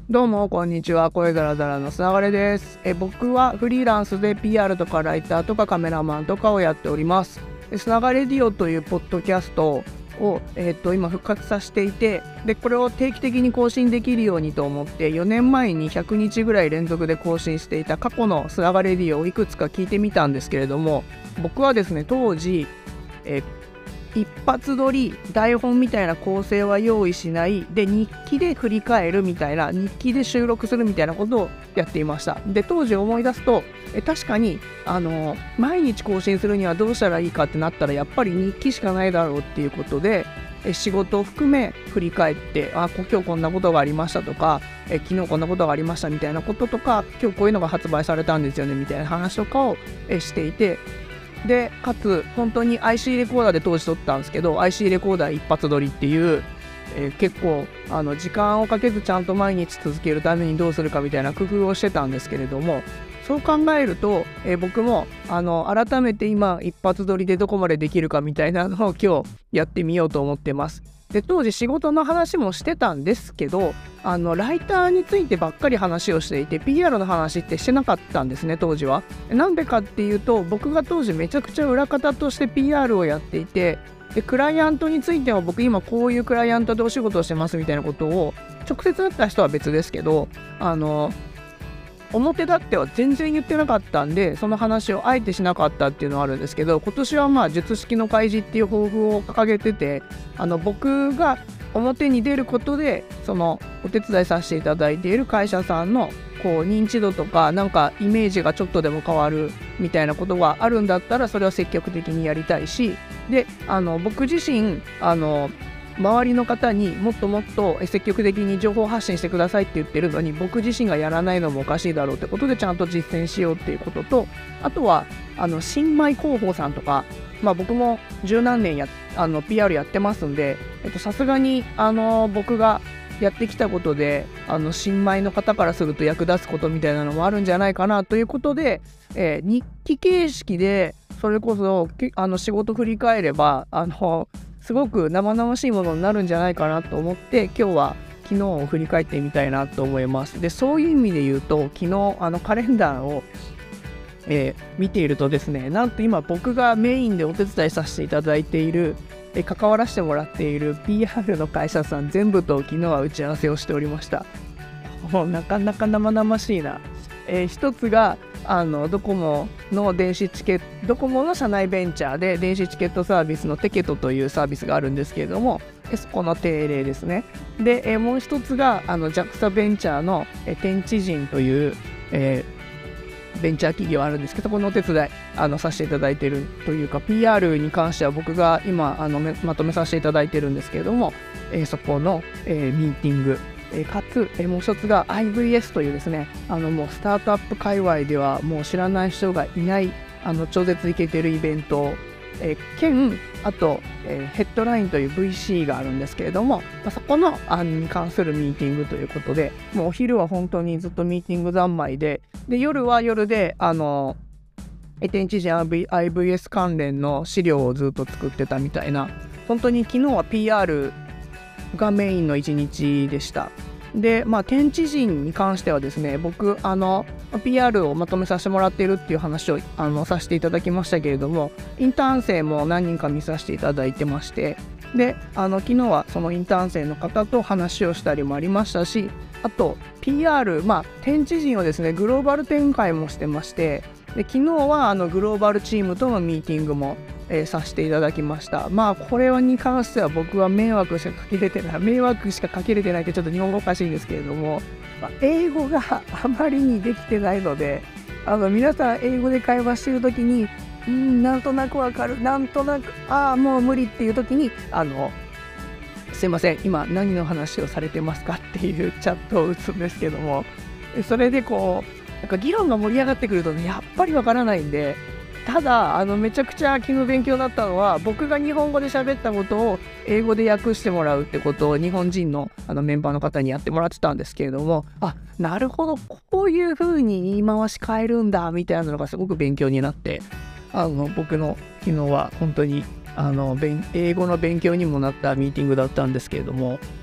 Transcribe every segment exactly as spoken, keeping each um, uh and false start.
どうもこんにちは。声だらだらのつながれです。え僕はフリーランスで ピーアール とかライターとかカメラマンとかをやっております。つながれディオというポッドキャストを、えー、と今復活させていて、でこれを定期的に更新できるようにと思ってよねんまえにひゃくにちぐらい連続で更新していた過去のつながれディオをいくつか聞いてみたんですけれども、僕はですね当時、えー一発撮り台本みたいな構成は用意しないで、日記で振り返るみたいな、日記で収録するみたいなことをやっていました。で当時思い出すと、え確かにあの毎日更新するにはどうしたらいいかってなったら、やっぱり日記しかないだろうっていうことで、え仕事を含め振り返って、あ今日こんなことがありましたとか、え昨日こんなことがありましたみたいなこととか、今日こういうのが発売されたんですよねみたいな話とかをえしていて、でかつ本当に アイシー レコーダーで当時撮ったんですけど、 アイシー レコーダー一発撮りっていう、えー、結構あの時間をかけずちゃんと毎日続けるためにどうするかみたいな工夫をしてたんですけれども、そう考えると、えー、僕もあの改めて今一発撮りでどこまでできるかみたいなのを今日やってみようと思ってます。で当時仕事の話もしてたんですけど、あのライターについてばっかり話をしていて ピーアール の話ってしてなかったんですね当時は。なんでかっていうと、僕が当時めちゃくちゃ裏方として ピーアール をやっていて、でクライアントについては僕今こういうクライアントでお仕事をしてますみたいなことを直接会った人は別ですけど、あの表立っては全然言ってなかったんで、その話をあえてしなかったっていうのはあるんですけど、今年はまあ術式の開示っていう抱負を掲げてて、あの僕が表に出ることでそのお手伝いさせていただいている会社さんのこう認知度とかなんかイメージがちょっとでも変わるみたいなことがあるんだったら、それは積極的にやりたいし、であの僕自身あの周りの方にもっともっと積極的に情報発信してくださいって言ってるのに、僕自身がやらないのもおかしいだろうってことでちゃんと実践しようっていうことと、あとはあの新米広報さんとか、まあ、僕も十何年やあの ピーアール やってますんで、さすがにあの僕がやってきたことであの新米の方からすると役立つことみたいなのもあるんじゃないかなということで、えー、日記形式でそれこそあの仕事振り返ればあのすごく生々しいものになるんじゃないかなと思って、今日は昨日を振り返ってみたいなと思います。でそういう意味で言うと、昨日あのカレンダーを、えー、見ているとですね、なんと今僕がメインでお手伝いさせていただいている、えー、関わらせてもらっている ピーアール の会社さん全部と昨日は打ち合わせをしておりました。もうなかなか生々しいな。えー、一つがあのドコモの電子チケット、ドコモの社内ベンチャーで電子チケットサービスのテケトというサービスがあるんですけれども、そこの定例ですね。で、えー、もう一つがあの ジャクサ ベンチャーの、えー、天地人という、えー、ベンチャー企業あるんですけど、そこのお手伝いあのさせていただいているというか、 ピーアール に関しては僕が今あのまとめさせていただいているんですけれども、えー、そこの、えー、ミーティング、えー、かつ、えー、もう一つが アイブイエス というですね、あのもうスタートアップ界隈ではもう知らない人がいないあの超絶イケてるイベント、えー、兼あと、えー、ヘッドラインという ブイシー があるんですけれども、まあ、そこの案に関するミーティングということで、もうお昼は本当にずっとミーティング三昧で、で夜は夜であの天地人 アイブイエス 関連の資料をずっと作ってたみたいな、本当に昨日は ピーアールがメインの一日でした。で、まあ、天地人に関してはですね、僕あの ピーアール をまとめさせてもらっているっていう話をあのさせていただきましたけれども、インターン生も何人か見させていただいてまして、であの昨日はそのインターン生の方と話をしたりもありましたし、あと ピーアール、まあ天地人をですねグローバル展開もしてまして、で昨日はあのグローバルチームとのミーティングもえー、させていただきました。まあこれに関しては僕は迷惑しかかけれてない迷惑しかかけれてないってちょっと日本語おかしいんですけれども、まあ、英語があまりにできてないので、あの皆さん英語で会話してる時にうんなんとなくわかる、なんとなくああもう無理っていう時にあのすいません今何の話をされてますかっていうチャットを打つんですけども、それでこうなんか議論が盛り上がってくるとね、やっぱりわからないんで、ただあのめちゃくちゃ昨日勉強になったのは、僕が日本語で喋ったことを英語で訳してもらうってことを日本人 の, あのメンバーの方にやってもらってたんですけれども、あなるほどこういう風に言い回し変えるんだみたいなのがすごく勉強になって、あの僕の昨日は本当にあの英語の勉強にもなったミーティングだったんですけれども、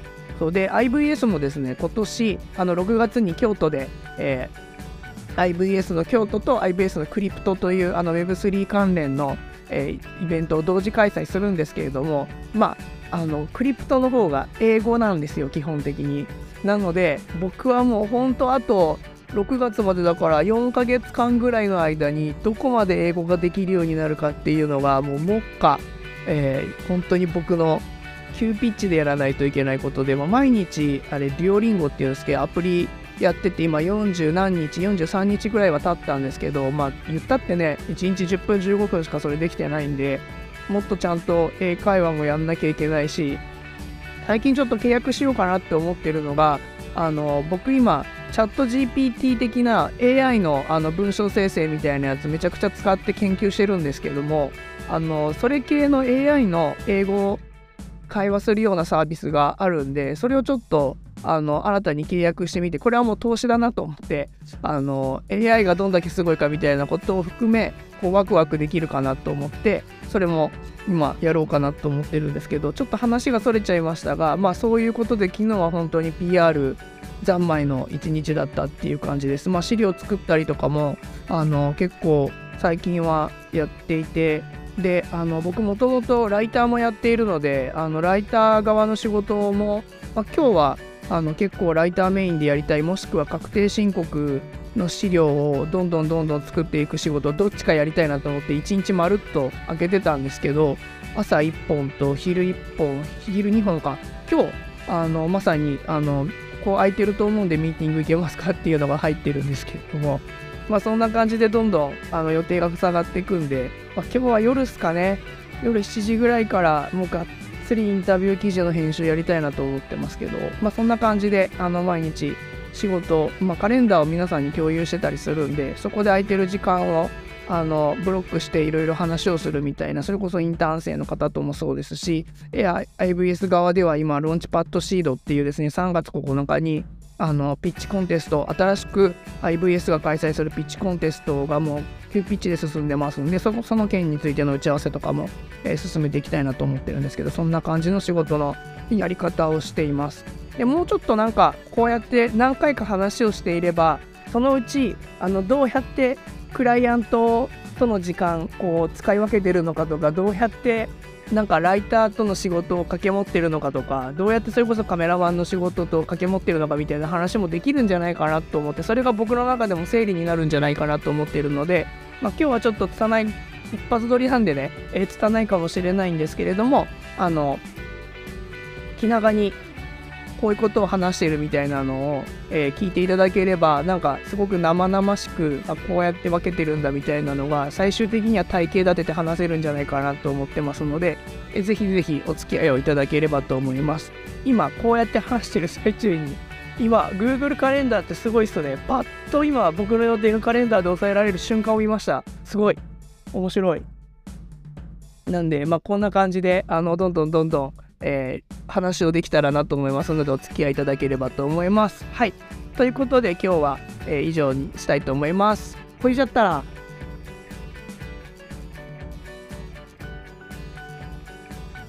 ことで アイブイエス もですね今年あのろくがつに京都で、えー、アイブイエス の京都と アイブイエス のクリプトというあの ウェブスリー 関連の、えー、イベントを同時開催するんですけれども、まああのクリプトの方が英語なんですよ基本的に。なので僕はもう本当あとろくがつまでだからよんかげつかんぐらいの間にどこまで英語ができるようになるかっていうのがもう目下、えー、本当に僕の急ピッチでやらないといけないことで、まあ、毎日あれデュオリンゴっていうんですけどアプリやってて今よんじゅうなんにちよんじゅうさんにちぐらいは経ったんですけど、まあ言ったってねいちにちじゅっぷんじゅうごふんしかそれできてないんで、もっとちゃんと英会話もやんなきゃいけないし、最近ちょっと契約しようかなって思ってるのが、あの僕今チャット ジーピーティー 的な エーアイ の, あの文章生成みたいなやつめちゃくちゃ使って研究してるんですけども、あのそれ系の エーアイ の英語を会話するようなサービスがあるんで、それをちょっとあの新たに契約してみて、これはもう投資だなと思って、あの エーアイ がどんだけすごいかみたいなことを含めこうワクワクできるかなと思って、それも今やろうかなと思ってるんですけど、ちょっと話がそれちゃいましたが、まあそういうことで昨日は本当に ピーアール 三昧の一日だったっていう感じです。まあ資料作ったりとかもあの結構最近はやっていて、であの僕もともとライターもやっているので、あのライター側の仕事も、まあ、今日はあの結構ライターメインでやりたい、もしくは確定申告の資料をどんどんどんどん作っていく仕事どっちかやりたいなと思っていちにちまるっと開けてたんですけど、朝いっぽんと昼いっぽん昼にほんか、今日あのまさにあのこう空いてると思うんでミーティング行けますかっていうのが入ってるんですけれども、まあそんな感じでどんどんあの予定が塞がっていくんで、まあ、今日は夜っすかね、夜しちじぐらいからもうがっつりインタビュー記事の編集やりたいなと思ってますけど、まあそんな感じであの毎日仕事、まあ、カレンダーを皆さんに共有してたりするんで、そこで空いてる時間をあのブロックしていろいろ話をするみたいな、それこそインターン生の方ともそうですし、アイブイエス 側では今ローンチパッドシードっていうですね、さんがつここのかにあのピッチコンテスト、新しく アイブイエス が開催するピッチコンテストがもう急ピッチで進んでますんで、そ, その件についての打ち合わせとかも、えー、進めていきたいなと思ってるんですけど、そんな感じの仕事のやり方をしています。でもうちょっとなんかこうやって何回か話をしていれば、そのうちあのどうやってクライアントとの時間こう使い分けてるのかとか、どうやってなんかライターとの仕事を掛け持ってるのかとか、どうやってそれこそカメラマンの仕事と掛け持ってるのかみたいな話もできるんじゃないかなと思って、それが僕の中でも整理になるんじゃないかなと思っているので、まあ、今日はちょっと拙い一発撮りなんでね、えー、拙いかもしれないんですけれども、あの気長にこういうことを話しているみたいなのを、えー、聞いていただければ、なんかすごく生々しく、あこうやって分けてるんだみたいなのが最終的には体系立てて話せるんじゃないかなと思ってますので、えー、ぜひぜひお付き合いをいただければと思います。今こうやって話してる最中に今 Google カレンダーってすごいっすよね。パッと今僕の予定がカレンダーで抑えられる瞬間を見ました。すごい面白い。なんでまあこんな感じであのどんどんどんどんえー、話をできたらなと思いますので、お付き合いいただければと思います。はい、ということで今日は、えー、以上にしたいと思います。ほいじゃったら